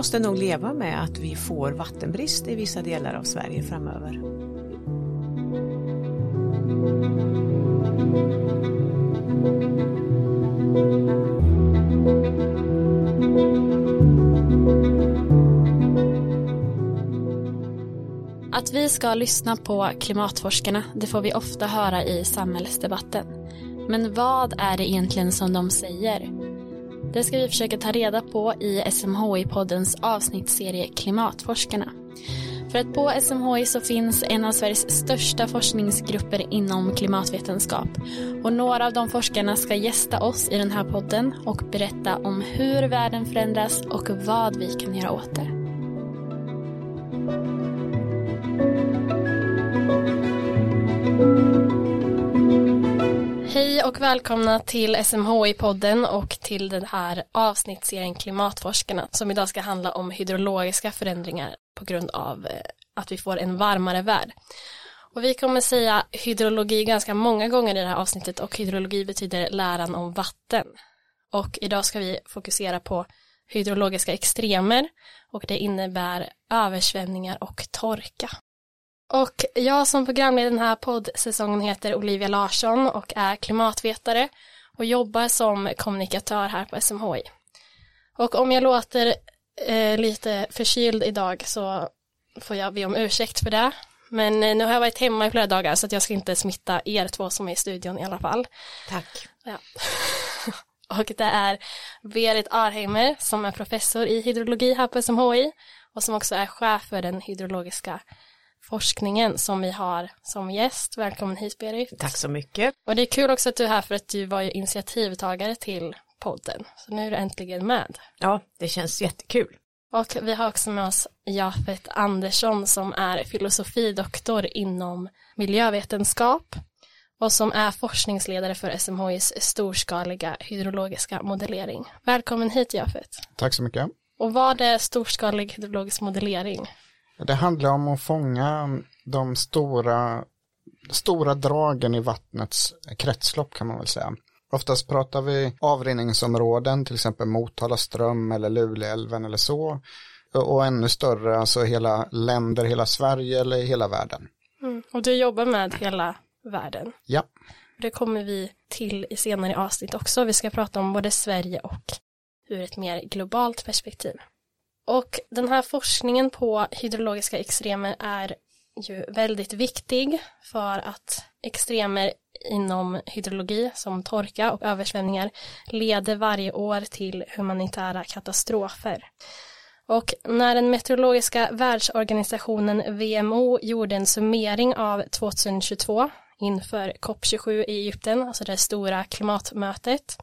måste nog leva med att vi får vattenbrist i vissa delar av Sverige framöver. Att vi ska lyssna på klimatforskarna, det får vi ofta höra i samhällsdebatten. Men vad är det egentligen som de säger? Det ska vi försöka ta reda på i SMHI-poddens avsnittsserie Klimatforskarna. För att på SMHI så finns en av Sveriges största forskningsgrupper inom klimatvetenskap. Och några av de forskarna ska gästa oss i den här podden och berätta om hur världen förändras och vad vi kan göra åt det. Hej och välkomna till SMHI-podden och till den här avsnittsserien Klimatforskarna som idag ska handla om hydrologiska förändringar på grund av att vi får en varmare värld. Och vi kommer säga hydrologi ganska många gånger i det här avsnittet och hydrologi betyder läran om vatten. Och idag ska vi fokusera på hydrologiska extremer och det innebär översvämningar och torka. Och jag som programledare i den här poddsäsongen heter Olivia Larsson och är klimatvetare och jobbar som kommunikatör här på SMHI. Och om jag låter lite förkyld idag så får jag be om ursäkt för det. Men nu har jag varit hemma i flera dagar så att jag ska inte smitta er två som är i studion i alla fall. Tack. Ja. Och det är Berit Arheimer som är professor i hydrologi här på SMHI och som också är chef för den hydrologiska forskningen som vi har som gäst. Välkommen hit Berit. Tack så mycket. Och det är kul också att du är här för att du var ju initiativtagare till podden. Så nu är du äntligen med. Ja, det känns jättekul. Och vi har också med oss Jafet Andersson som är filosofidoktor inom miljövetenskap och som är forskningsledare för SMHIs storskaliga hydrologiska modellering. Välkommen hit Jafet. Tack så mycket. Och vad är storskalig hydrologisk modellering? Det handlar om att fånga de stora dragen i vattnets kretslopp kan man väl säga. Oftast pratar vi avrinningsområden, till exempel Motala ström eller Luleälven eller så. Och ännu större, alltså hela länder, hela Sverige eller hela världen. Och du jobbar med hela världen. Ja. Det kommer vi till i senare avsnitt också. Vi ska prata om både Sverige och ur ett mer globalt perspektiv. Och den här forskningen på hydrologiska extremer är ju väldigt viktig för att extremer inom hydrologi som torka och översvämningar leder varje år till humanitära katastrofer. Och när den meteorologiska världsorganisationen WMO gjorde en summering av 2022 inför COP27 i Egypten, alltså det stora klimatmötet,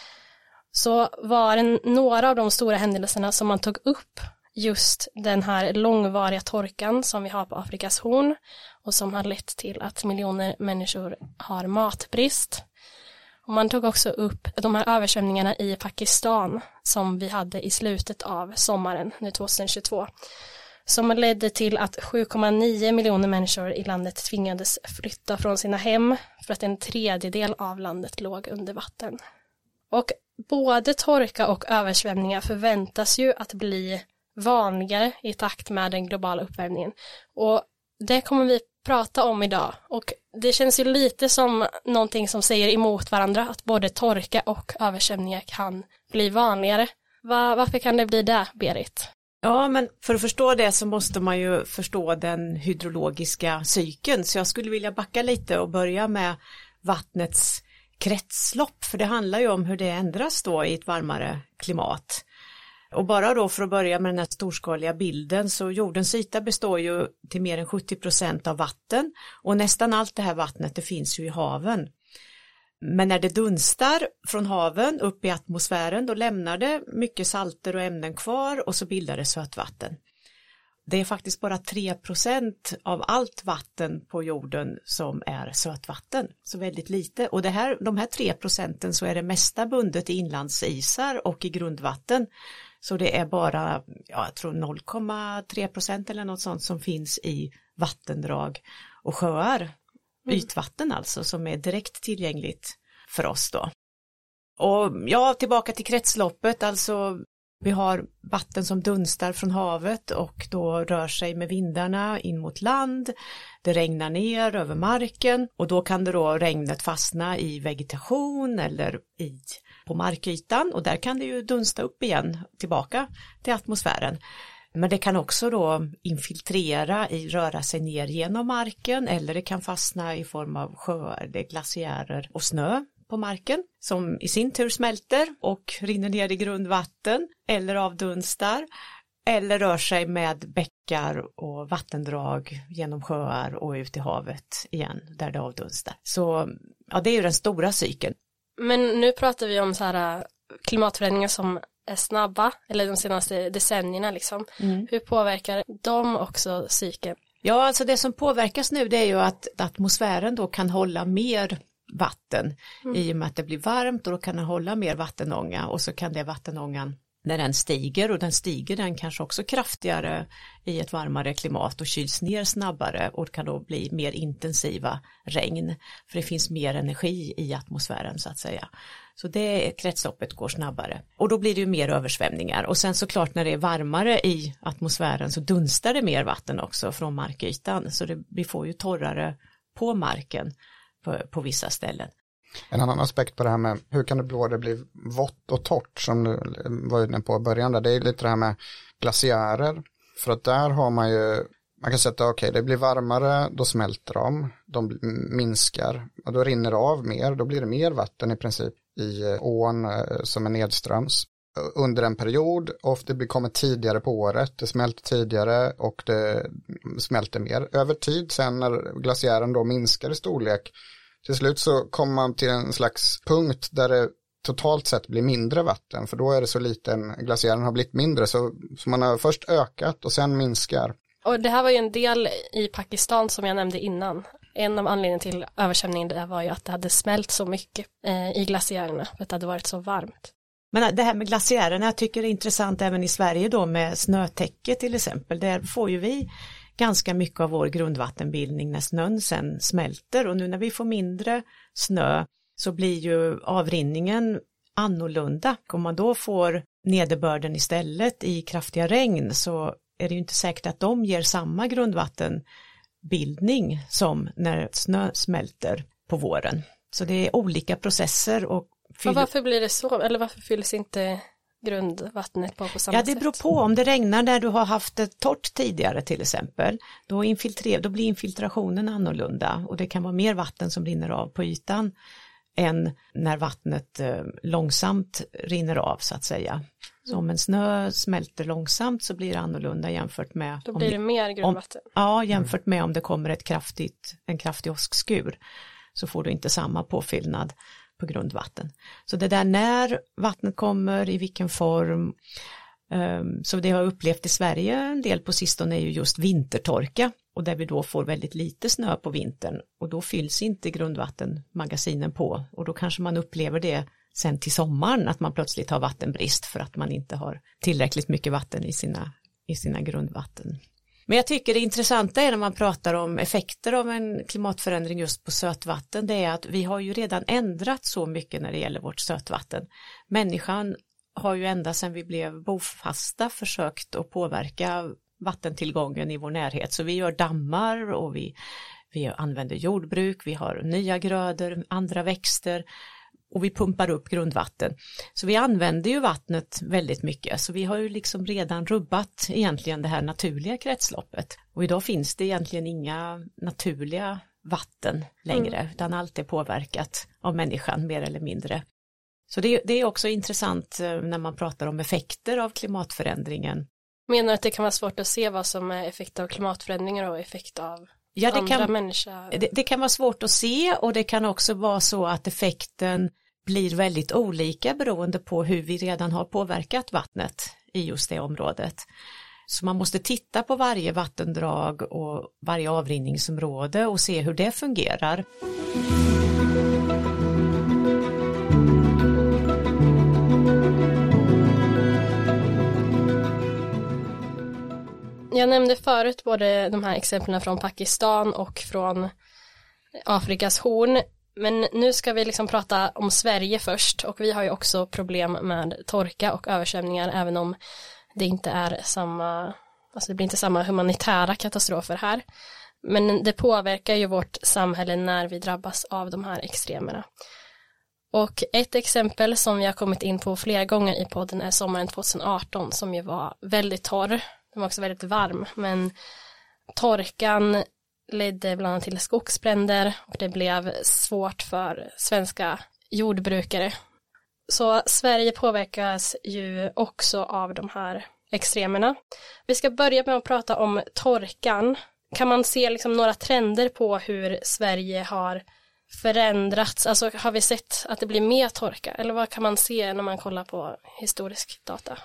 så var det några av de stora händelserna som man tog upp just den här långvariga torkan som vi har på Afrikas horn och som har lett till att miljoner människor har matbrist. Och man tog också upp de här översvämningarna i Pakistan som vi hade i slutet av sommaren nu 2022 som ledde till att 7,9 miljoner människor i landet tvingades flytta från sina hem för att en tredjedel av landet låg under vatten. Och både torka och översvämningar förväntas ju att bli vanligare i takt med den globala uppvärmningen. Och det kommer vi prata om idag. Och det känns ju lite som någonting som säger emot varandra att både torka och översvämningar kan bli vanligare. Varför kan det bli det, Berit? Ja, men för att förstå det så måste man ju förstå den hydrologiska cykeln. Så jag skulle vilja backa lite och börja med vattnets kretslopp. För det handlar ju om hur det ändras då i ett varmare klimat. Och bara då för att börja med den här storskaliga bilden så jordens yta består ju till mer än 70% av vatten. Och nästan allt det här vattnet det finns ju i haven. Men när det dunstar från haven upp i atmosfären då lämnar det mycket salter och ämnen kvar och så bildar det sötvatten. Det är faktiskt bara 3% av allt vatten på jorden som är sötvatten, så väldigt lite. Och de här 3% så är det mesta bundet i inlandsisar och i grundvatten. Så det är bara, jag tror 0,3% eller något sånt som finns i vattendrag och sjöar. Ytvatten alltså som är direkt tillgängligt för oss då. Och ja, tillbaka till kretsloppet, alltså Vi har vatten som dunstar från havet och då rör sig med vindarna in mot land. Det regnar ner över marken och då kan det då regnet fastna i vegetation eller på markytan och där kan det ju dunsta upp igen tillbaka till atmosfären. Men det kan också då infiltrera röra sig ner genom marken eller det kan fastna i form av sjöar, glaciärer och snö på marken som i sin tur smälter och rinner ner i grundvatten eller avdunstar eller rör sig med bäckar och vattendrag genom sjöar och ut i havet igen där det avdunstar. Så ja, det är ju den stora cykeln. Men nu pratar vi om så här klimatförändringar som är snabba eller de senaste decennierna liksom. Hur påverkar de också cykeln? Ja, alltså det som påverkas nu det är ju att atmosfären då kan hålla mer vatten i och med att det blir varmt och då kan den hålla mer vattenånga och så kan det vattenångan när den stiger och den stiger den kanske också kraftigare i ett varmare klimat och kyls ner snabbare och det kan då bli mer intensiva regn för det finns mer energi i atmosfären så att säga. Så det kretsloppet går snabbare och då blir det ju mer översvämningar och sen såklart när det är varmare i atmosfären så dunstar det mer vatten också från markytan så vi får ju torrare på marken på vissa ställen. En annan aspekt på det här med hur kan det bli vått och torrt som du var inne på i början där, det är lite det här med glaciärer. För att där har man kan säga att det blir varmare, då smälter de minskar och då rinner det av mer, då blir det mer vatten i princip i ån som är nedströms. Under en period och det kommer tidigare på året, det smälter tidigare och det smälter mer. Över tid sen när glaciären då minskar i storlek till slut så kommer man till en slags punkt där det totalt sett blir mindre vatten för då är det så liten, glaciären har blivit mindre så man har först ökat och sen minskar. Och det här var ju en del i Pakistan som jag nämnde innan. En av anledningarna till översvämningen där var ju att det hade smält så mycket i glaciärerna för att det hade varit så varmt. Men det här med glaciärerna jag tycker det är intressant även i Sverige då med snötäcke till exempel. Där får ju vi ganska mycket av vår grundvattenbildning när snön sen smälter och nu när vi får mindre snö så blir ju avrinningen annorlunda. Om man då får nederbörden istället i kraftiga regn så är det ju inte säkert att de ger samma grundvattenbildning som när snö smälter på våren. Så det är olika processer och varför blir det så? Eller varför fylls inte grundvattnet på samma sätt? Ja, det beror på. Om det regnar där du har haft det torrt tidigare till exempel, då blir infiltrationen annorlunda och det kan vara mer vatten som rinner av på ytan än när vattnet långsamt rinner av så att säga. Så om en snö smälter långsamt så blir det annorlunda jämfört med... Då blir det mer grundvatten. Jämfört med om det kommer en kraftig åskskur så får du inte samma påfyllnad på grundvatten. Så det där när vattnet kommer, i vilken form, så det har upplevt i Sverige en del på sistone är ju just vintertorka och där vi då får väldigt lite snö på vintern och då fylls inte grundvattenmagasinen på och då kanske man upplever det sen till sommaren att man plötsligt har vattenbrist för att man inte har tillräckligt mycket vatten i sina grundvatten. Men jag tycker det intressanta är när man pratar om effekter av en klimatförändring just på sötvatten, det är att vi har ju redan ändrat så mycket när det gäller vårt sötvatten. Människan har ju ända sedan vi blev bofasta försökt att påverka vattentillgången i vår närhet. Så vi gör dammar och vi använder jordbruk, vi har nya grödor, andra växter och vi pumpar upp grundvatten. Så vi använder ju vattnet väldigt mycket. Så vi har ju liksom redan rubbat egentligen det här naturliga kretsloppet. Och idag finns det egentligen inga naturliga vatten längre utan allt är påverkat av människan mer eller mindre. Så det är också intressant när man pratar om effekter av klimatförändringen. Menar du att det kan vara svårt att se vad som är effekt av klimatförändringar och effekt av andra människor? Det kan vara svårt att se och det kan också vara så att effekten blir väldigt olika beroende på hur vi redan har påverkat vattnet i just det området. Så man måste titta på varje vattendrag och varje avrinningsområde och se hur det fungerar. Jag nämnde förut både de här exemplen från Pakistan och från Afrikas horn. Men nu ska vi liksom prata om Sverige först, och vi har ju också problem med torka och översvämningar, även om det inte är samma, alltså det blir inte samma humanitära katastrofer här. Men det påverkar ju vårt samhälle när vi drabbas av de här extremerna. Och ett exempel som vi har kommit in på flera gånger i podden är sommaren 2018, som ju var väldigt torr. Den var också väldigt varm, men torkan ledde bland annat till skogsbränder och det blev svårt för svenska jordbrukare. Så Sverige påverkas ju också av de här extremerna. Vi ska börja med att prata om torkan. Kan man se liksom några trender på hur Sverige har förändrats? Alltså har vi sett att det blir mer torka? Eller vad kan man se när man kollar på historisk data?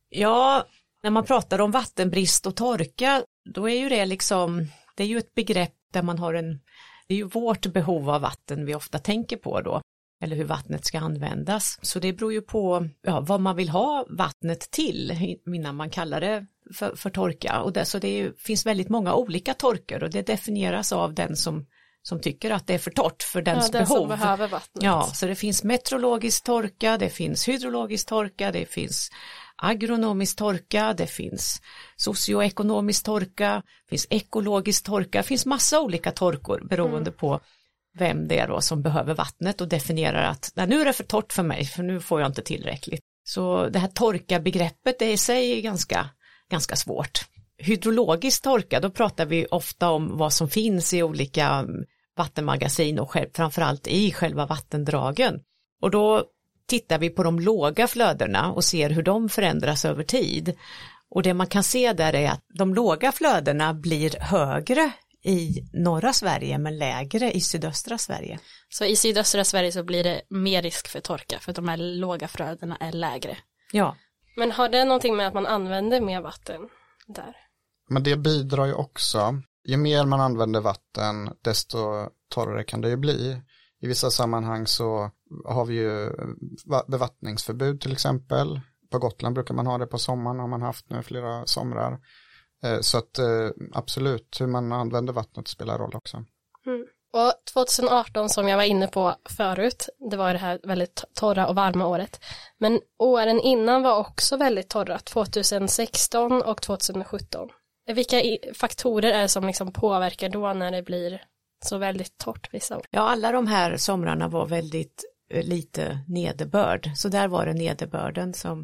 Ja, när man pratar om vattenbrist och torka, då är ju det liksom, det är ju ett begrepp där man har det är ju vårt behov av vatten vi ofta tänker på då, eller hur vattnet ska användas. Så det beror ju på vad man vill ha vattnet till innan man kallar det för torka. Och så finns väldigt många olika torkor, och det definieras av den som tycker att det är för torrt för dens den behov. Som behöver vattnet. Ja, så det finns meteorologisk torka, det finns hydrologisk torka, det finns agronomisk torka, det finns socioekonomisk torka, det finns ekologisk torka, det finns massa olika torkor beroende på vem det är då som behöver vattnet och definierar att nu är det för torrt för mig, för nu får jag inte tillräckligt. Så det här torka-begreppet är i sig ganska svårt. Hydrologisk torka, då pratar vi ofta om vad som finns i olika vattenmagasin och framförallt i själva vattendragen. Och då tittar vi på de låga flödena och ser hur de förändras över tid. Och det man kan se där är att de låga flödena blir högre i norra Sverige men lägre i sydöstra Sverige. Så i sydöstra Sverige så blir det mer risk för torka för att de här låga flödena är lägre. Ja. Men har det någonting med att man använder mer vatten där? Men det bidrar ju också. Ju mer man använder vatten, desto torrare kan det ju bli. I vissa sammanhang så har vi ju bevattningsförbud till exempel. På Gotland brukar man ha det på sommaren, har man haft nu flera somrar. Så att absolut, hur man använder vattnet spelar roll också. Mm. Och 2018 som jag var inne på förut, det var det här väldigt torra och varma året. Men åren innan var också väldigt torra, 2016 och 2017. Vilka faktorer är det som liksom påverkar då när det blir så väldigt torrt vissa år? Ja, alla de här somrarna var väldigt lite nederbörd. Så där var det nederbörden som,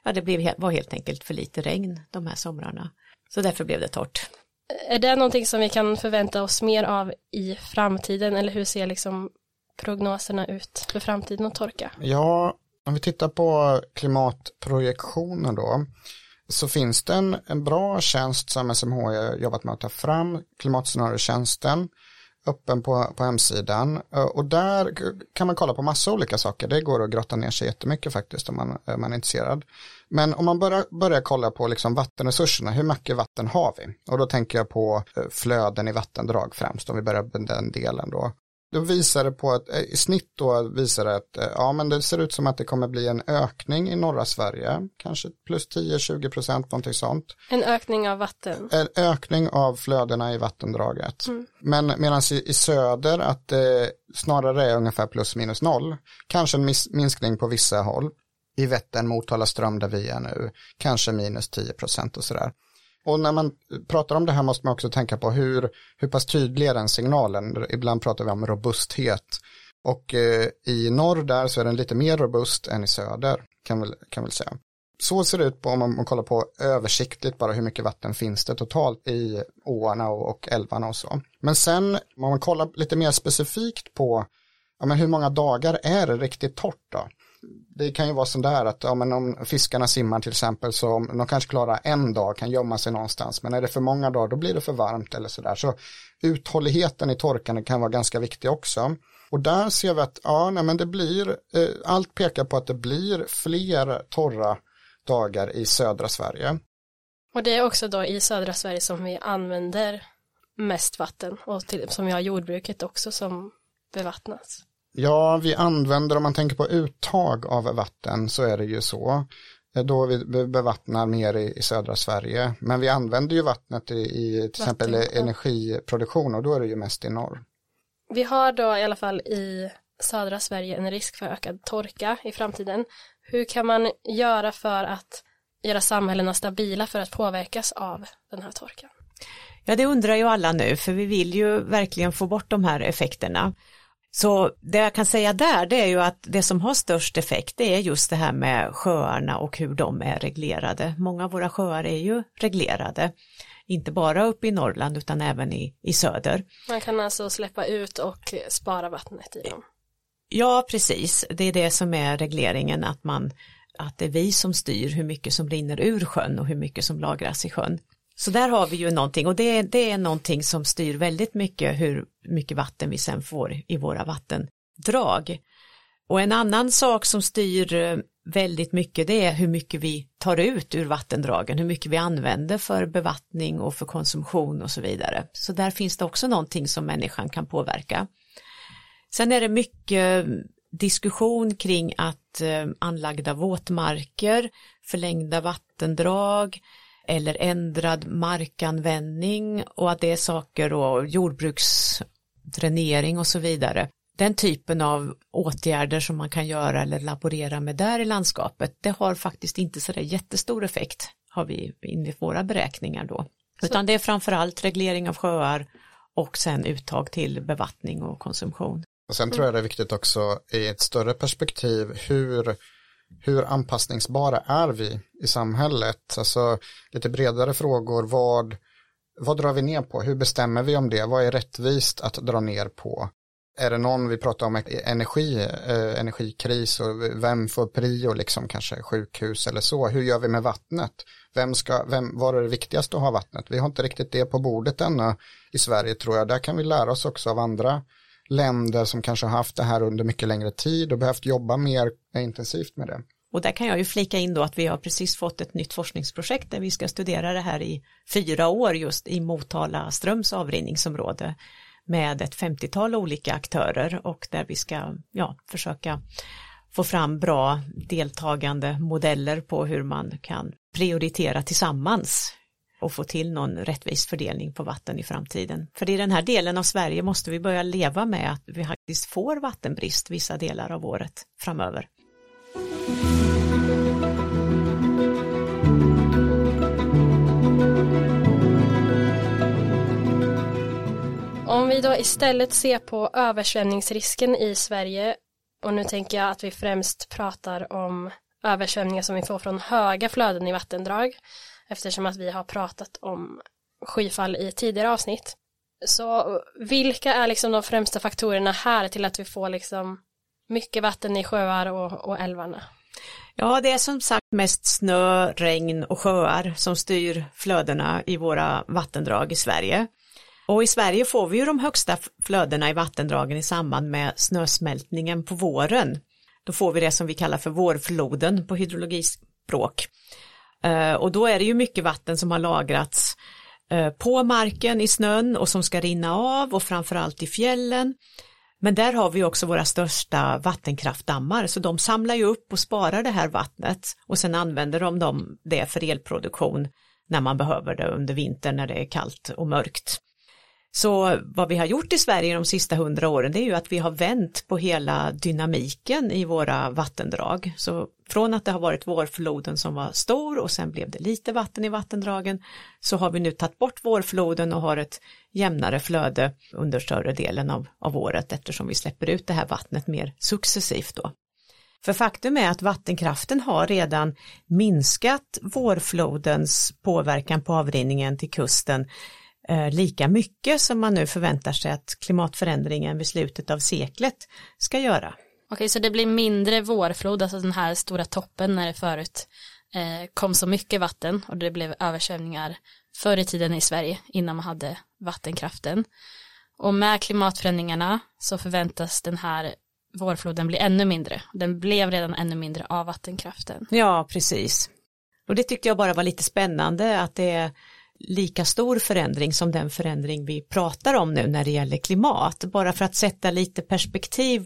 var helt enkelt för lite regn de här somrarna. Så därför blev det torrt. Är det någonting som vi kan förvänta oss mer av i framtiden, eller hur ser liksom prognoserna ut för framtiden och torka? Ja, om vi tittar på klimatprojektioner då, så finns det en bra tjänst som SMH har jobbat med att ta fram, klimatscenariotjänsten, öppen på hemsidan, och där kan man kolla på massa olika saker. Det går att grotta ner sig jättemycket faktiskt om man är intresserad. Men om man börjar kolla på liksom vattenresurserna, hur mycket vatten har vi? Och då tänker jag på flöden i vattendrag främst, om vi börjar med den delen då. Då visar det på att i snitt då visar det att men det ser ut som att det kommer bli en ökning i norra Sverige, kanske plus 10-20%, någonting sånt. En ökning av vatten? En ökning av flödena i vattendraget. Mm. Men medan i söder att det snarare är ungefär plus minus noll, kanske en minskning på vissa håll. I Vättern, Motala, Ström där vi är nu, kanske minus 10% och sådär. Och när man pratar om det här måste man också tänka på hur pass tydlig är den signalen. Ibland pratar vi om robusthet. Och i norr där så är den lite mer robust än i söder, kan väl säga. Så ser det ut om man kollar på översiktligt bara hur mycket vatten finns det totalt i åarna och älvarna och så. Men sen om man kollar lite mer specifikt på men hur många dagar är det riktigt torrt då? Det kan ju vara sån där att men om fiskarna simmar till exempel, så om de kanske klarar en dag, kan gömma sig någonstans, men är det för många dagar då blir det för varmt eller sådär. Så uthålligheten i torkan kan vara ganska viktig också. Och där ser vi att men det blir, allt pekar på att det blir fler torra dagar i södra Sverige. Och det är också då i södra Sverige som vi använder mest vatten, och som vi har jordbruket också som bevattnas. Ja, vi använder, om man tänker på uttag av vatten så är det ju så. Då vi bevattnar mer i södra Sverige. Men vi använder ju vattnet i till exempel energiproduktion, och då är det ju mest i norr. Vi har då i alla fall i södra Sverige en risk för ökad torka i framtiden. Hur kan man göra för att göra samhällena stabila för att påverkas av den här torkan? Ja, det undrar ju alla nu, för vi vill ju verkligen få bort de här effekterna. Så det jag kan säga där, det är ju att det som har störst effekt, det är just det här med sjöarna och hur de är reglerade. Många av våra sjöar är ju reglerade, inte bara uppe i Norrland utan även i söder. Man kan alltså släppa ut och spara vattnet i dem. Ja, precis. Det är det som är regleringen, att det är vi som styr hur mycket som rinner ur sjön och hur mycket som lagras i sjön. Så där har vi ju någonting, och det är någonting som styr väldigt mycket hur mycket vatten vi sen får i våra vattendrag. Och en annan sak som styr väldigt mycket, det är hur mycket vi tar ut ur vattendragen, hur mycket vi använder för bevattning och för konsumtion och så vidare. Så där finns det också någonting som människan kan påverka. Sen är det mycket diskussion kring att anlagda våtmarker, förlängda vattendrag eller ändrad markanvändning, och att det är saker och jordbruksdränering och så vidare. Den typen av åtgärder som man kan göra eller laborera med där i landskapet, det har faktiskt inte så där jättestor effekt, har vi enligt våra beräkningar då. Utan det är framförallt reglering av sjöar och sen uttag till bevattning och konsumtion. Och sen tror jag det är viktigt också i ett större perspektiv hur anpassningsbara är vi i samhället? Alltså lite bredare frågor, vad drar vi ner på? Hur bestämmer vi om det? Vad är rättvist att dra ner på? Är det någon, vi pratar om energikris, och vem får prio, liksom kanske sjukhus eller så? Hur gör vi med vattnet? Var är det viktigast att ha vattnet? Vi har inte riktigt det på bordet ännu i Sverige, tror jag. Där kan vi lära oss också av andra länder som kanske har haft det här under mycket längre tid och behövt jobba mer intensivt med det. Och där kan jag ju flika in då att vi har precis fått ett nytt forskningsprojekt där vi ska studera det här i 4 år just i Motala Ströms avrinningsområde med ett 50-tal olika aktörer, och där vi ska försöka få fram bra deltagande modeller på hur man kan prioritera tillsammans och få till någon rättvis fördelning på vatten i framtiden. För i den här delen av Sverige måste vi börja leva med att vi faktiskt får vattenbrist vissa delar av året framöver. Om vi då istället ser på översvämningsrisken i Sverige, och nu tänker jag att vi främst pratar om översvämningar som vi får från höga flöden i vattendrag, eftersom att vi har pratat om skyfall i tidigare avsnitt. Så vilka är liksom de främsta faktorerna här till att vi får liksom mycket vatten i sjöar och älvarna? Ja, det är som sagt mest snö, regn och sjöar som styr flödena i våra vattendrag i Sverige. Och i Sverige får vi ju de högsta flödena i vattendragen i samband med snösmältningen på våren. Då får vi det som vi kallar för vårfloden på hydrologispråk. Och då är det ju mycket vatten som har lagrats på marken i snön och som ska rinna av, och framförallt i fjällen. Men där har vi också våra största vattenkraftdammar, så de samlar ju upp och sparar det här vattnet, och sen använder de det för elproduktion när man behöver det under vintern när det är kallt och mörkt. Så vad vi har gjort i Sverige de sista 100 åren, det är ju att vi har vänt på hela dynamiken i våra vattendrag. Så från att det har varit vårfloden som var stor och sen blev det lite vatten i vattendragen, så har vi nu tagit bort vårfloden och har ett jämnare flöde under större delen av året, eftersom vi släpper ut det här vattnet mer successivt då. För faktum är att vattenkraften har redan minskat vårflodens påverkan på avrinningen till kusten lika mycket som man nu förväntar sig att klimatförändringen vid slutet av seklet ska göra. Okej, så det blir mindre vårflod, alltså den här stora toppen när det förut kom så mycket vatten och det blev översvämningar förr i tiden i Sverige innan man hade vattenkraften. Och med klimatförändringarna så förväntas den här vårfloden bli ännu mindre. Den blev redan ännu mindre av vattenkraften. Ja, precis. Och det tyckte jag bara var lite spännande, att det är lika stor förändring som den förändring vi pratar om nu när det gäller klimat. Bara för att sätta lite perspektiv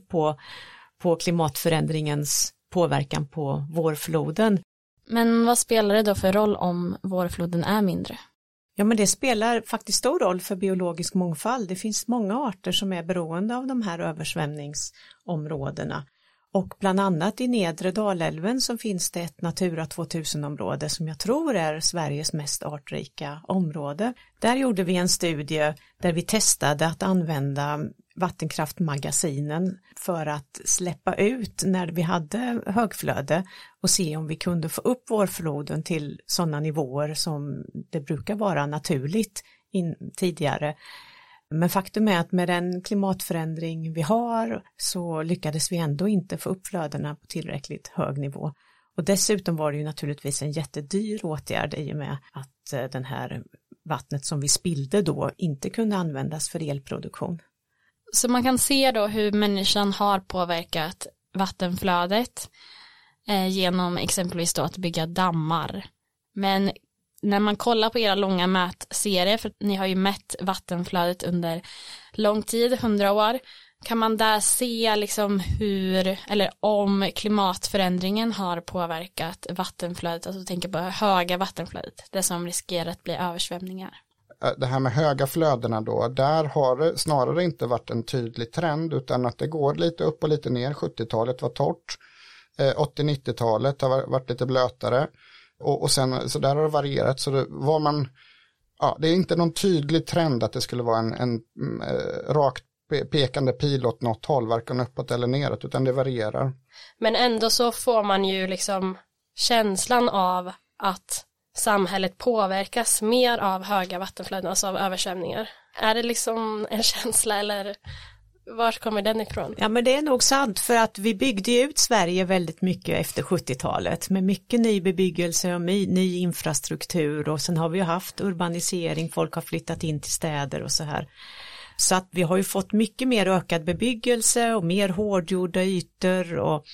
på klimatförändringens påverkan på vårfloden. Men vad spelar det då för roll om vårfloden är mindre? Ja, men det spelar faktiskt stor roll för biologisk mångfald. Det finns många arter som är beroende av de här översvämningsområdena. Och bland annat i nedre Dalälven så finns det ett Natura 2000-område som jag tror är Sveriges mest artrika område. Där gjorde vi en studie där vi testade att använda vattenkraftmagasinen för att släppa ut när vi hade högflöde och se om vi kunde få upp vårfloden till sådana nivåer som det brukar vara naturligt tidigare. Men faktum är att med den klimatförändring vi har så lyckades vi ändå inte få upp flödena på tillräckligt hög nivå. Och dessutom var det ju naturligtvis en jättedyr åtgärd i och med att den här vattnet som vi spillde då inte kunde användas för elproduktion. Så man kan se då hur människan har påverkat vattenflödet genom exempelvis då att bygga dammar. Men när man kollar på era långa mätserier, för ni har ju mätt vattenflödet under lång tid, 100 år, kan man där se liksom hur, eller om klimatförändringen har påverkat vattenflödet, alltså tänker på höga vattenflödet, det som riskerar att bli översvämningar. Det här med höga flödena då, där har det snarare inte varit en tydlig trend utan att det går lite upp och lite ner. 70-talet var torrt, 80-90-talet har varit lite blötare och sen så där har det varierat. Så det är inte någon tydlig trend att det skulle vara en rakt pekande pil åt något håll, varken uppåt eller neråt, utan det varierar. Men ändå så får man ju liksom känslan av att samhället påverkas mer av höga vattenflöden, alltså av översvämningar. Är det liksom en känsla eller vart kommer den ifrån? Ja, men det är nog sant, för att vi byggde ut Sverige väldigt mycket efter 70-talet med mycket ny bebyggelse och ny infrastruktur, och sen har vi ju haft urbanisering, folk har flyttat in till städer och så här. Så att vi har ju fått mycket mer ökad bebyggelse och mer hårdgjorda ytor och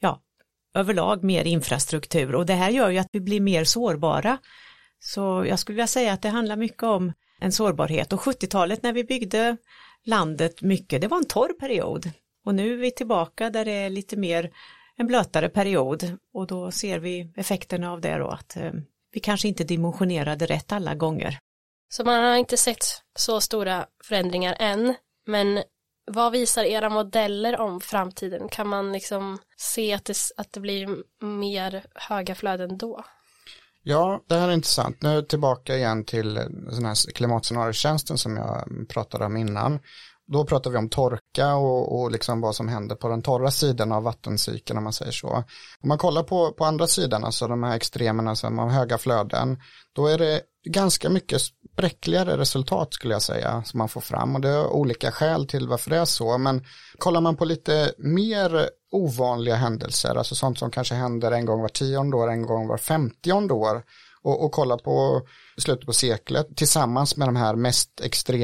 överlag mer infrastruktur, och det här gör ju att vi blir mer sårbara. Så jag skulle vilja säga att det handlar mycket om en sårbarhet, och 70-talet när vi byggde landet mycket, det var en torr period, och nu är vi tillbaka där det är lite mer en blötare period, och då ser vi effekterna av det då, att vi kanske inte dimensionerade rätt alla gånger. Så man har inte sett så stora förändringar än, men vad visar era modeller om framtiden? Kan man liksom se att det blir mer höga flöden då? Ja, det här är intressant. Nu tillbaka igen till den här klimatscenariotjänsten som jag pratade om innan. Då pratar vi om torka och liksom vad som händer på den torra sidan av vattencykeln, om man säger så. Om man kollar på andra sidan, alltså de här extremerna som har höga flöden, då är det ganska mycket bräckligare resultat skulle jag säga som man får fram, och det är olika skäl till varför det är så, men kollar man på lite mer ovanliga händelser, alltså sånt som kanske händer en gång var 10:e år, en gång var 50:e år, och kolla på slutet på seklet tillsammans med de här mest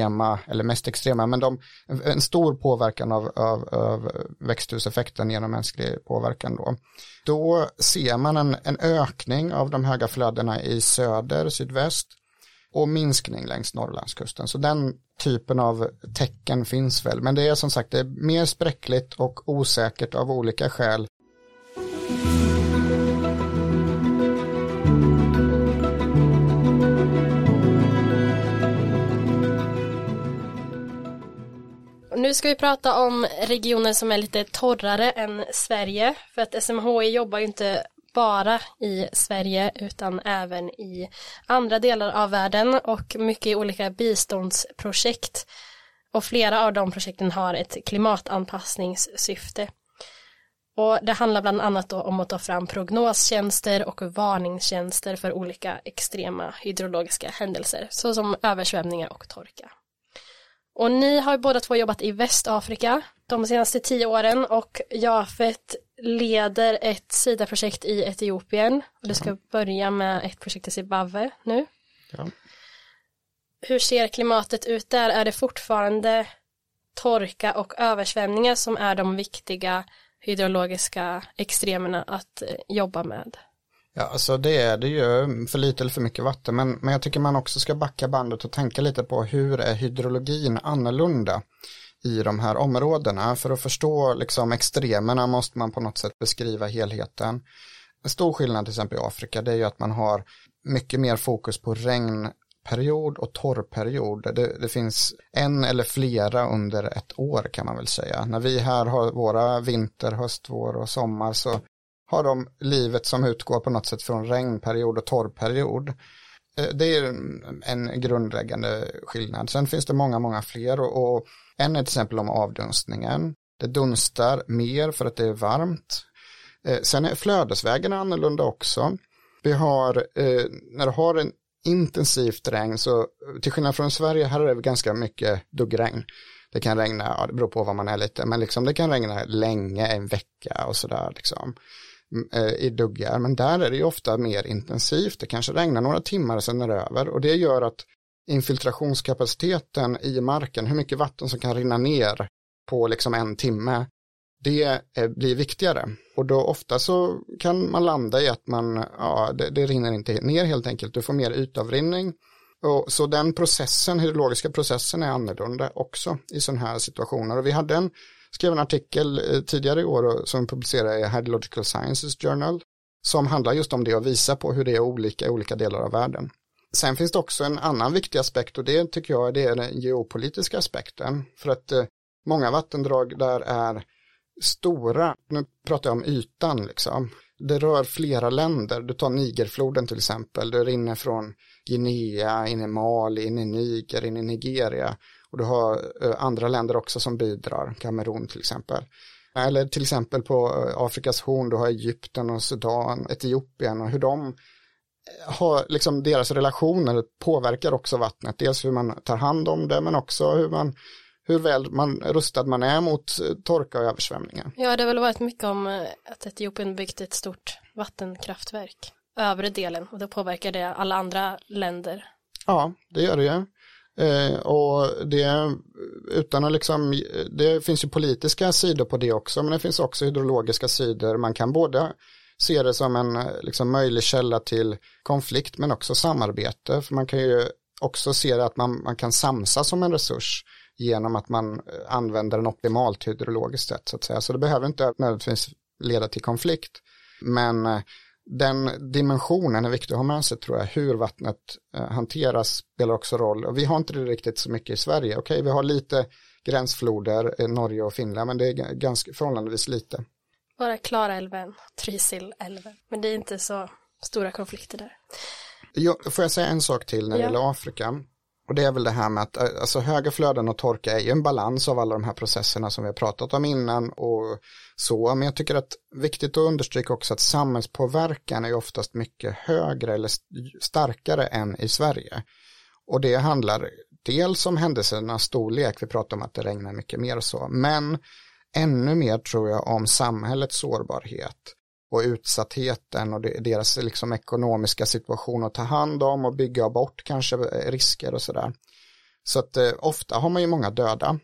extrema, men en stor påverkan av växthuseffekten genom mänsklig påverkan då ser man en ökning av de höga flödena i söder, sydväst, och minskning längs Norrlandskusten. Så den typen av tecken finns väl, men det är som sagt det är mer spräckligt och osäkert av olika skäl. Nu ska vi prata om regioner som är lite torrare än Sverige, för att SMHI jobbar ju inte bara i Sverige utan även i andra delar av världen och mycket i olika biståndsprojekt, och flera av de projekten har ett klimatanpassningssyfte. Och det handlar bland annat då om att ta fram prognostjänster och varningstjänster för olika extrema hydrologiska händelser såsom översvämningar och torka. Och ni har båda två jobbat i Västafrika de senaste 10 åren, och Jafet leder ett SIDA-projekt i Etiopien, och det ska börja med ett projekt i Zimbabwe nu. Ja. Hur ser klimatet ut där? Är det fortfarande torka och översvämningar som är de viktiga hydrologiska extremerna att jobba med? Ja, alltså det är det ju, för lite eller för mycket vatten, men jag tycker man också ska backa bandet och tänka lite på hur är hydrologin annorlunda i de här områdena. För att förstå liksom extremerna måste man på något sätt beskriva helheten. En stor skillnad till exempel i Afrika, det är ju att man har mycket mer fokus på regn våtperiod och torrperiod. Det finns en eller flera under ett år kan man väl säga. När vi här har våra vinter, höst, vår och sommar så har de livet som utgår på något sätt från regnperiod och torrperiod. Det är en grundläggande skillnad. Sen finns det många fler och en är till exempel om avdunstningen. Det dunstar mer för att det är varmt. Sen är flödesvägen annorlunda också. Vi har, när du har en intensivt regn så till skillnad från Sverige här är det ganska mycket duggregn. Det kan regna, det beror på vad man är lite, men liksom det kan regna länge, en vecka och sådär liksom i duggar. Men där är det ju ofta mer intensivt. Det kanske regnar några timmar sen är det över och det gör att infiltrationskapaciteten i marken, hur mycket vatten som kan rinna ner på liksom en timme, det blir viktigare. Och då ofta så kan man landa i att det rinner inte ner helt enkelt. Du får mer ytavrinning. Och så den processen, hydrologiska processen är annorlunda också i sådana här situationer. Och vi skrev en artikel tidigare i år som publicerade i Hydrological Sciences Journal som handlar just om det och visar på hur det är olika i olika delar av världen. Sen finns det också en annan viktig aspekt och det tycker jag det är den geopolitiska aspekten. För att många vattendrag där är stora, nu pratar jag om ytan liksom. Det rör flera länder. Du tar Nigerfloden till exempel. Det rinner från Guinea, in i Mali, in i Niger, in i Nigeria. Och du har andra länder också som bidrar. Kamerun till exempel. Eller till exempel på Afrikas horn. Du har Egypten och Sudan, Etiopien och hur de har, liksom deras relationer påverkar också vattnet. Dels hur man tar hand om det men också hur väl rustad man är mot torka och översvämningar. Ja, det har väl varit mycket om att Etiopien byggt ett stort vattenkraftverk. Övre delen och då påverkar det alla andra länder. Ja, det gör det ju. Och det utan att liksom, det finns ju politiska sidor på det också men det finns också hydrologiska sidor. Man kan både se det som en liksom möjlig källa till konflikt men också samarbete. För man kan ju också se det att man kan samsas som en resurs genom att man använder den optimalt hydrologiskt sett så att säga. Så det behöver inte nödvändigtvis leda till konflikt. Men den dimensionen är viktig att ha med sig tror jag. Hur vattnet hanteras spelar också roll. Och vi har inte det riktigt så mycket i Sverige. Okej, vi har lite gränsfloder, Norge och Finland, men det är ganska förhållandevis lite. Bara Klarälven, Trysilälven. Men det är inte så stora konflikter där. Får jag säga en sak till när det gäller Afrika? Och det är väl det här med att alltså, höga flöden och torka är ju en balans av alla de här processerna som vi har pratat om innan och så. Men jag tycker att det är viktigt att understryka också att samhällspåverkan är oftast mycket högre eller starkare än i Sverige. Och det handlar dels om händelsernas storlek, vi pratar om att det regnar mycket mer och så. Men ännu mer tror jag om samhällets sårbarhet och utsattheten och deras liksom ekonomiska situation att ta hand om och bygga bort kanske risker och sådär. Så att ofta har man ju många döda.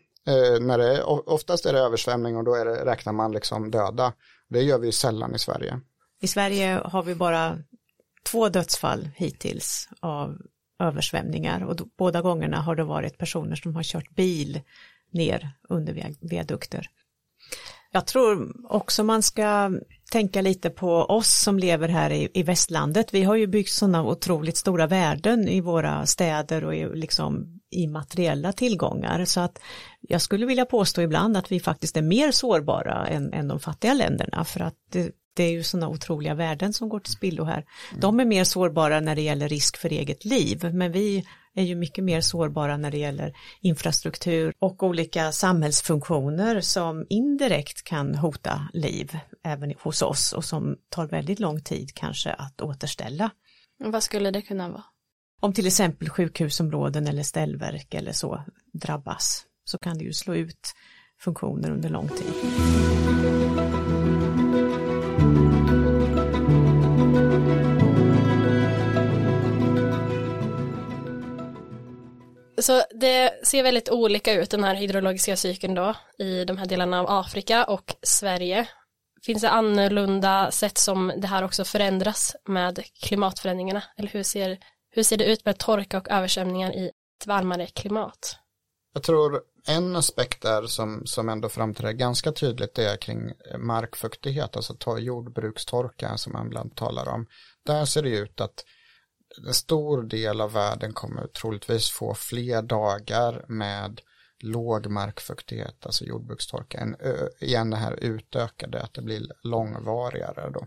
Oftast är det översvämning och då räknar man liksom döda. Det gör vi ju sällan i Sverige. I Sverige har vi bara 2 dödsfall hittills av översvämningar och båda gångerna har det varit personer som har kört bil ner under viadukter. Jag tror också man ska tänka lite på oss som lever här i västlandet. Vi har ju byggt sådana otroligt stora värden i våra städer och i materiella tillgångar. Så att jag skulle vilja påstå ibland att vi faktiskt är mer sårbara än de fattiga länderna. För att det är ju sådana otroliga värden som går till spillo här. De är mer sårbara när det gäller risk för eget liv. Men vi är ju mycket mer sårbara när det gäller infrastruktur och olika samhällsfunktioner som indirekt kan hota liv även hos oss och som tar väldigt lång tid kanske att återställa. Vad skulle det kunna vara? Om till exempel sjukhusområden eller ställverk eller så drabbas så kan det ju slå ut funktioner under lång tid. Så det ser väldigt olika ut den här hydrologiska cykeln då i de här delarna av Afrika och Sverige. Finns det annorlunda sätt som det här också förändras med klimatförändringarna? Eller hur ser det ut med torka och översvämningar i ett varmare klimat? Jag tror en aspekt där som ändå framträder ganska tydligt är kring markfuktighet, alltså jordbrukstorka som man ibland talar om. Där ser det ut att en stor del av världen kommer troligtvis få fler dagar med låg markfuktighet, alltså jordbrukstorka, igen det här utökade, att det blir långvarigare då.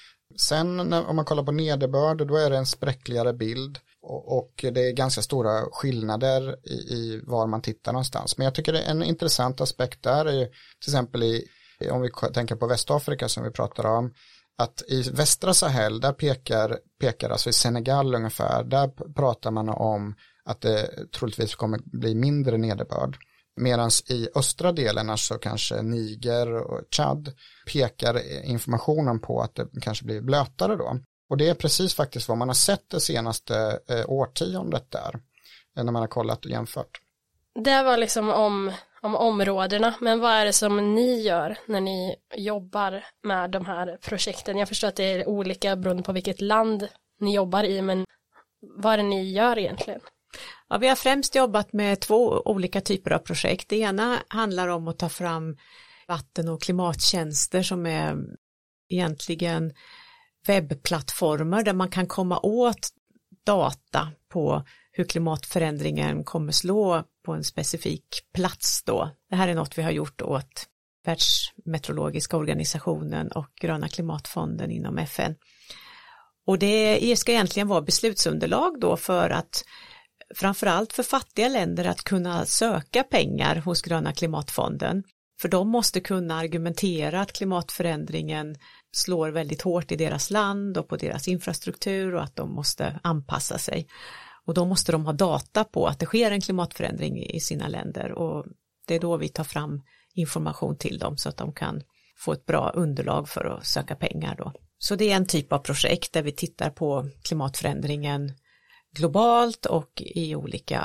Sen om man kollar på nederbörd, då är det en spräckligare bild och det är ganska stora skillnader i var man tittar någonstans. Men jag tycker det är en intressant aspekt där är ju till exempel om vi tänker på Västafrika som vi pratar om, att i västra Sahel, där pekar alltså i Senegal ungefär, där pratar man om att det troligtvis kommer bli mindre nederbörd. Medan i östra delen, alltså kanske Niger och Chad, pekar informationen på att det kanske blir blötare då. Och det är precis faktiskt vad man har sett det senaste årtiondet där, när man har kollat och jämfört. Det var liksom om områdena, men vad är det som ni gör när ni jobbar med de här projekten? Jag förstår att det är olika beroende på vilket land ni jobbar i, men vad är det ni gör egentligen? Ja, vi har främst jobbat med 2 olika typer av projekt. Det ena handlar om att ta fram vatten- och klimattjänster som är egentligen webbplattformar där man kan komma åt data på hur klimatförändringen kommer slå på en specifik plats då. Det här är något vi har gjort åt Världsmeteorologiska organisationen och Gröna klimatfonden inom FN. Och det ska egentligen vara beslutsunderlag då för att framförallt för fattiga länder att kunna söka pengar hos Gröna klimatfonden. För de måste kunna argumentera att klimatförändringen slår väldigt hårt i deras land och på deras infrastruktur och att de måste anpassa sig. Och då måste de ha data på att det sker en klimatförändring i sina länder och det är då vi tar fram information till dem så att de kan få ett bra underlag för att söka pengar då. Så det är en typ av projekt där vi tittar på klimatförändringen globalt och i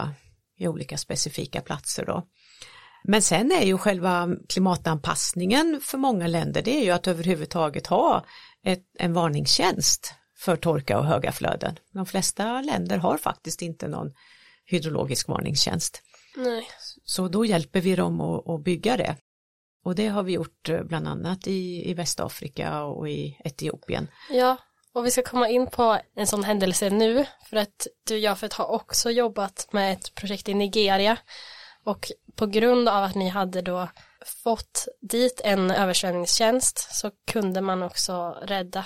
olika specifika platser då. Men sen är ju själva klimatanpassningen för många länder, det är ju att överhuvudtaget ha en varningstjänst för torka och höga flöden. De flesta länder har faktiskt inte någon hydrologisk varningstjänst. Nej. Så då hjälper vi dem att bygga det. Och det har vi gjort bland annat i Västafrika och i Etiopien. Ja, och vi ska komma in på en sån händelse nu för att du och Jafet har också jobbat med ett projekt i Nigeria och på grund av att ni hade då fått dit en översvämningstjänst så kunde man också rädda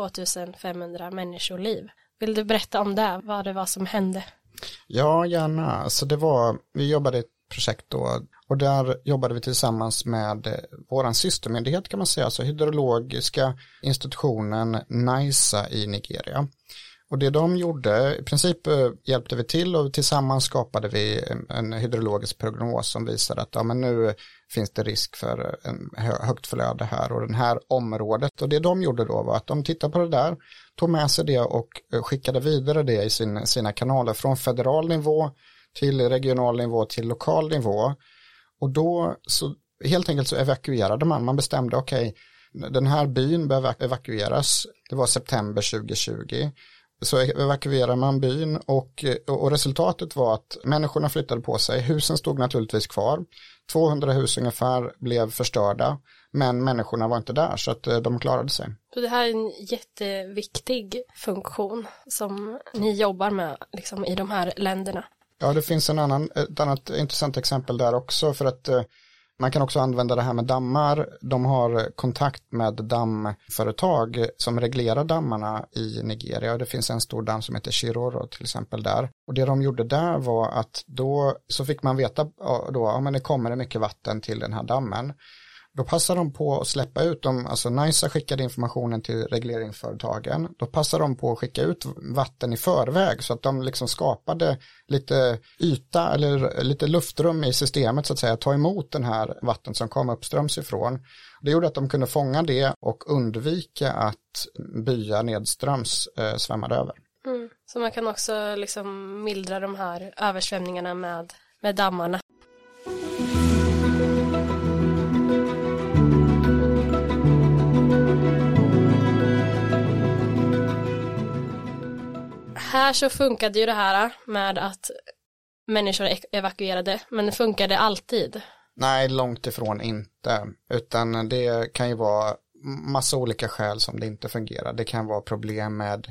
2500 människoliv. Vill du berätta om det, vad det var som hände? Ja, gärna. Så vi jobbade i ett projekt då och där jobbade vi tillsammans med våran systermyndighet kan man säga, alltså hydrologiska institutionen NISA i Nigeria. Och det de gjorde, i princip hjälpte vi till och tillsammans skapade vi en hydrologisk prognos som visade att men nu finns det risk för en högt flöde här och det här området. Och det de gjorde då var att de tittade på det där, tog med sig det och skickade vidare det i sina kanaler från federal nivå till regional nivå till lokal nivå. Och då så helt enkelt så evakuerade man bestämde okej, den här byn behöver evakueras. Det var september 2020. Så evakuerade man byn och resultatet var att människorna flyttade på sig. Husen stod naturligtvis kvar. 200 hus ungefär blev förstörda. Men människorna var inte där så att de klarade sig. Så det här är en jätteviktig funktion som ni jobbar med liksom, i de här länderna. Ja, det finns ett annat intressant exempel där också för att man kan också använda det här med dammar. De har kontakt med dammföretag som reglerar dammarna i Nigeria. Och det finns en stor damm som heter Shiroro till exempel där. Och det de gjorde där var att då så fick man veta men det kommer mycket vatten till den här dammen. Då passar de på att släppa ut dem, alltså NISA skickade informationen till regleringsföretagen. Då passar de på att skicka ut vatten i förväg så att de liksom skapade lite yta eller lite luftrum i systemet så att säga, ta emot den här vatten som kom uppströms ifrån. Det gjorde att de kunde fånga det och undvika att byar nedströms svämmade över. Mm. Så man kan också liksom mildra de här översvämningarna med dammarna. Här så funkade ju det här med att människor evakuerade, men det funkade alltid. Nej, långt ifrån inte. Utan det kan ju vara massa olika skäl som det inte fungerar. Det kan vara problem med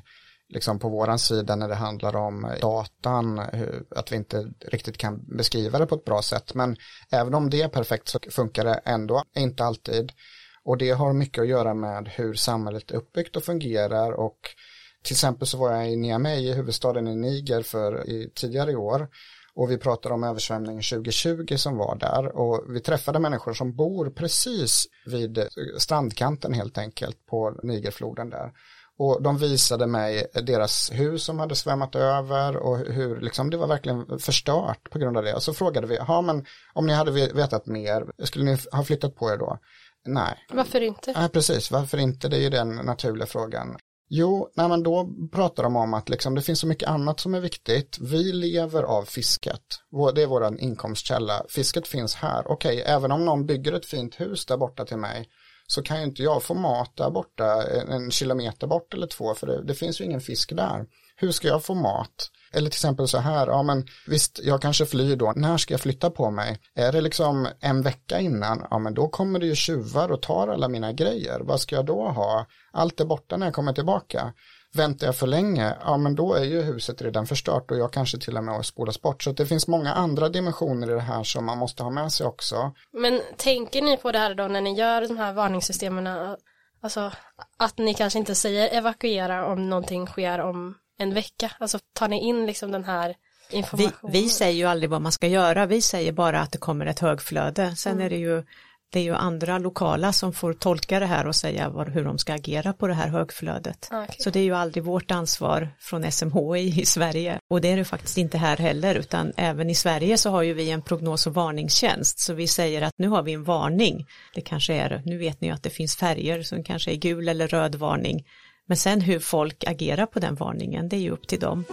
liksom på våran sida när det handlar om datan, att vi inte riktigt kan beskriva det på ett bra sätt. Men även om det är perfekt så funkar det ändå inte alltid. Och det har mycket att göra med hur samhället är uppbyggt och fungerar. Och till exempel så var jag i Niamey, i huvudstaden i Niger tidigare i år. Och vi pratade om översvämningen 2020 som var där. Och vi träffade människor som bor precis vid strandkanten helt enkelt på Nigerfloden där. Och de visade mig deras hus som hade svämmat över och hur liksom, det var verkligen förstört på grund av det. Och så frågade vi, men om ni hade vetat mer, skulle ni ha flyttat på er då? Nej. Varför inte? Nej, precis. Varför inte? Det är ju den naturliga frågan. Jo, men då pratar de om att liksom, det finns så mycket annat som är viktigt. Vi lever av fisket. Det är vår inkomstkälla. Fisket finns här. Okej, även om någon bygger ett fint hus där borta till mig så kan ju inte jag få mat där borta 1 kilometer bort eller 2 för det finns ju ingen fisk där. Hur ska jag få mat? Eller till exempel så här, men visst, jag kanske flyr då. När ska jag flytta på mig? Är det liksom 1 vecka innan? Men då kommer det ju tjuvar och tar alla mina grejer. Vad ska jag då ha? Allt är borta när jag kommer tillbaka. Väntar jag för länge? Men då är ju huset redan förstört och jag kanske till och med spolas bort. Så det finns många andra dimensioner i det här som man måste ha med sig också. Men tänker ni på det här då när ni gör de här varningssystemen? Alltså att ni kanske inte säger evakuera om någonting sker om 1 vecka? Alltså tar ni in liksom den här informationen? Vi säger ju aldrig vad man ska göra. Vi säger bara att det kommer ett högflöde. Sen är det är ju andra lokala som får tolka det här och säga hur de ska agera på det här högflödet. Okay. Så det är ju aldrig vårt ansvar från SMHI i Sverige. Och det är det faktiskt inte här heller, utan även i Sverige så har ju vi en prognos- och varningstjänst. Så vi säger att nu har vi en varning. Det kanske är, nu vet ni ju att det finns färger som kanske är gul eller röd varning. Men sen hur folk agerar på den varningen, det är ju upp till dem.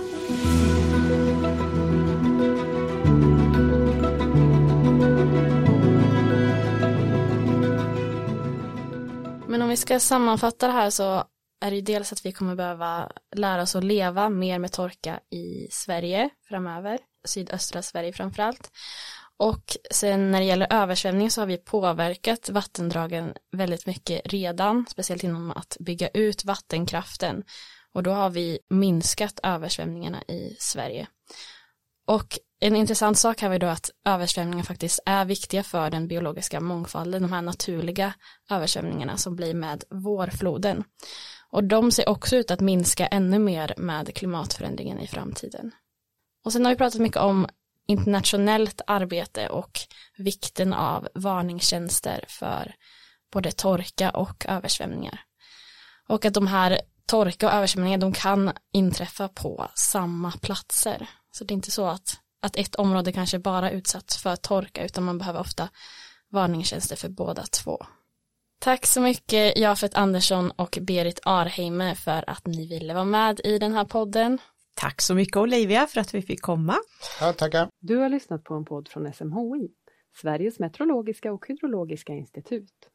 Men om vi ska sammanfatta det här så är det ju dels att vi kommer behöva lära oss att leva mer med torka i Sverige framöver, sydöstra Sverige framförallt. Och sen när det gäller översvämning så har vi påverkat vattendragen väldigt mycket redan, speciellt inom att bygga ut vattenkraften. Och då har vi minskat översvämningarna i Sverige. Och en intressant sak här är då att översvämningar faktiskt är viktiga för den biologiska mångfalden, de här naturliga översvämningarna som blir med vårfloden. Och de ser också ut att minska ännu mer med klimatförändringen i framtiden. Och sen har vi pratat mycket om internationellt arbete och vikten av varningstjänster för både torka och översvämningar. Och att de här torka och översvämningar, de kan inträffa på samma platser. Så det är inte så att ett område kanske bara är utsatt för torka, utan man behöver ofta varningstjänster för båda två. Tack så mycket Jafet Andersson och Berit Arheimer för att ni ville vara med i den här podden. Tack så mycket Olivia för att vi fick komma. Ja, tackar. Du har lyssnat på en podd från SMHI, Sveriges meteorologiska och hydrologiska institut.